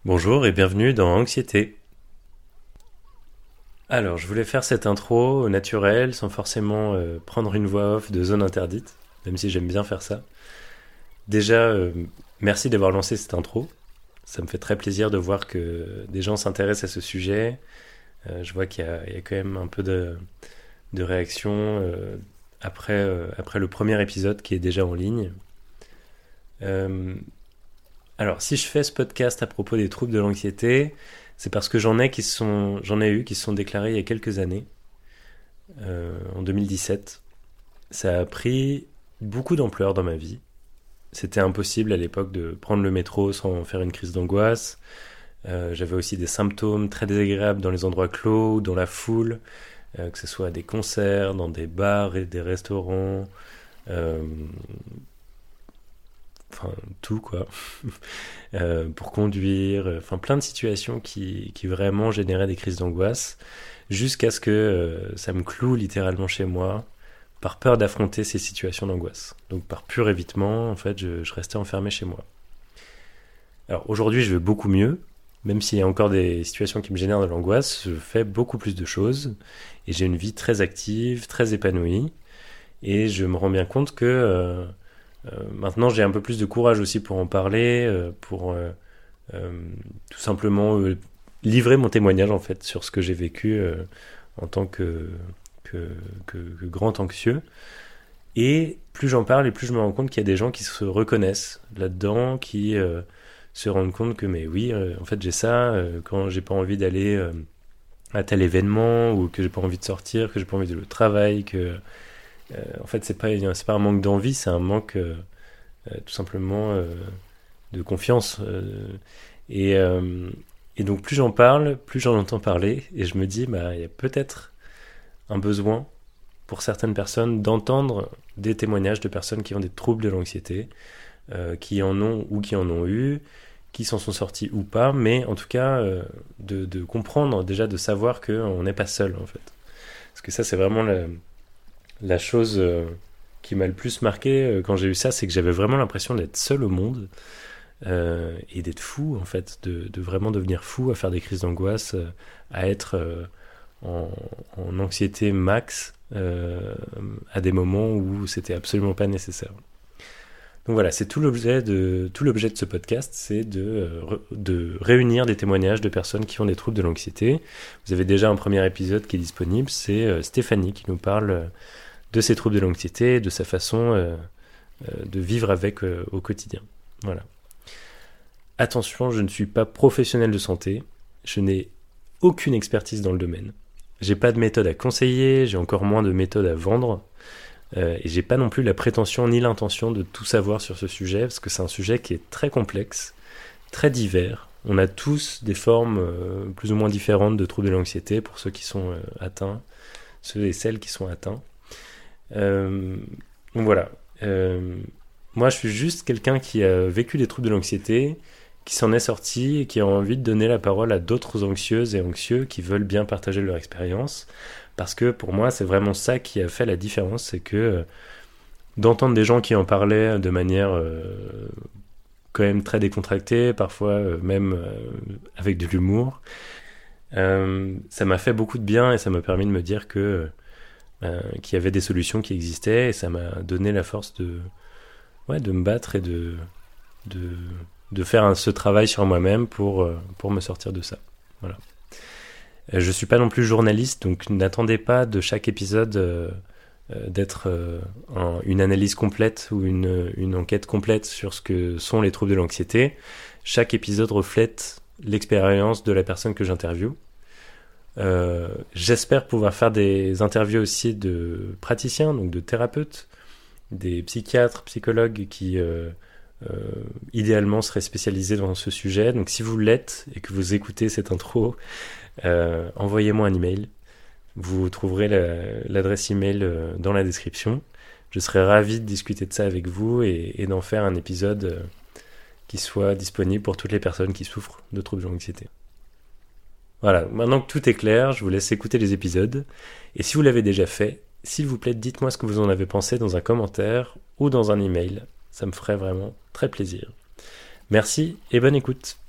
Bonjour et bienvenue dans Anxiété. Alors, je voulais faire cette intro au naturel, sans forcément prendre une voix off de zone interdite, même si j'aime bien faire ça. Déjà, merci d'avoir lancé cette intro. Ça me fait très plaisir de voir que des gens s'intéressent à ce sujet. Je vois qu'il y a quand même un peu de réaction après le premier épisode qui est déjà en ligne. Euh, alors, si je fais ce podcast à propos des troubles de l'anxiété, c'est parce que j'en ai eu qui se sont déclarés il y a quelques années, en 2017. Ça a pris beaucoup d'ampleur dans ma vie. C'était impossible à l'époque de prendre le métro sans faire une crise d'angoisse. J'avais aussi des symptômes très désagréables dans les endroits clos ou dans la foule, que ce soit à des concerts, dans des bars et des restaurants, euh, enfin tout quoi. Pour conduire, enfin plein de situations qui vraiment généraient des crises d'angoisse, jusqu'à ce que ça me cloue littéralement chez moi, par peur d'affronter ces situations d'angoisse. Donc par pur évitement, en fait, je restais enfermé chez moi. Alors aujourd'hui, je vais beaucoup mieux, même s'il y a encore des situations qui me génèrent de l'angoisse, je fais beaucoup plus de choses, et j'ai une vie très active, très épanouie, et je me rends bien compte que maintenant j'ai un peu plus de courage aussi pour en parler, pour euh, tout simplement livrer mon témoignage en fait sur ce que j'ai vécu en tant que grand anxieux. Et plus j'en parle et plus je me rends compte qu'il y a des gens qui se reconnaissent là-dedans, qui se rendent compte que mais oui, en fait j'ai ça quand j'ai pas envie d'aller à tel événement ou que j'ai pas envie de sortir, que j'ai pas envie de le travail, que en fait c'est pas un manque d'envie, c'est un manque tout simplement de confiance. Et, euh, et donc plus j'en parle, plus j'en entends parler, et je me dis, bah, il y a peut-être un besoin pour certaines personnes d'entendre des témoignages de personnes qui ont des troubles de l'anxiété, qui en ont ou qui en ont eu, qui s'en sont sortis ou pas, mais en tout cas de comprendre déjà, de savoir qu'on n'est pas seul en fait. Parce que ça c'est vraiment la chose qui m'a le plus marqué quand j'ai eu ça, c'est que j'avais vraiment l'impression d'être seul au monde et d'être fou en fait, de vraiment devenir fou, à faire des crises d'angoisse, à être en, en anxiété max à des moments où c'était absolument pas nécessaire. Donc voilà, c'est tout l'objet de ce podcast, c'est de réunir des témoignages de personnes qui ont des troubles de l'anxiété. Vous avez déjà un premier épisode qui est disponible, c'est Stéphanie qui nous parle de ses troubles de l'anxiété et de sa façon de vivre avec au quotidien. Voilà. Attention, je ne suis pas professionnel de santé, je n'ai aucune expertise dans le domaine. J'ai pas de méthode à conseiller, j'ai encore moins de méthode à vendre, et j'ai pas non plus la prétention ni l'intention de tout savoir sur ce sujet, parce que c'est un sujet qui est très complexe, très divers. On a tous des formes plus ou moins différentes de troubles de l'anxiété pour ceux qui sont atteints, ceux et celles qui sont atteints. Donc voilà. Moi, je suis juste quelqu'un qui a vécu des troubles de l'anxiété, qui s'en est sorti et qui a envie de donner la parole à d'autres anxieuses et anxieux qui veulent bien partager leur expérience. Parce que pour moi, c'est vraiment ça qui a fait la différence, c'est que d'entendre des gens qui en parlaient de manière quand même très décontractée, parfois même avec de l'humour, ça m'a fait beaucoup de bien et ça m'a permis de me dire qu'il y avait des solutions qui existaient, et ça m'a donné la force de me battre et de, de faire ce travail sur moi-même pour me sortir de ça. Voilà. Je suis pas non plus journaliste, donc n'attendez pas de chaque épisode d'être une analyse complète ou une enquête complète sur ce que sont les troubles de l'anxiété. Chaque épisode reflète l'expérience de la personne que j'interviewe. J'espère pouvoir faire des interviews aussi de praticiens, donc de thérapeutes, des psychiatres, psychologues qui idéalement seraient spécialisés dans ce sujet. Donc si vous l'êtes et que vous écoutez cette intro, envoyez-moi un email. Vous trouverez l'adresse email dans la description. Je serais ravi de discuter de ça avec vous et d'en faire un épisode qui soit disponible pour toutes les personnes qui souffrent de troubles de l'anxiété. Voilà, maintenant que tout est clair, je vous laisse écouter les épisodes. Et si vous l'avez déjà fait, s'il vous plaît, dites-moi ce que vous en avez pensé dans un commentaire ou dans un email. Ça me ferait vraiment très plaisir. Merci et bonne écoute.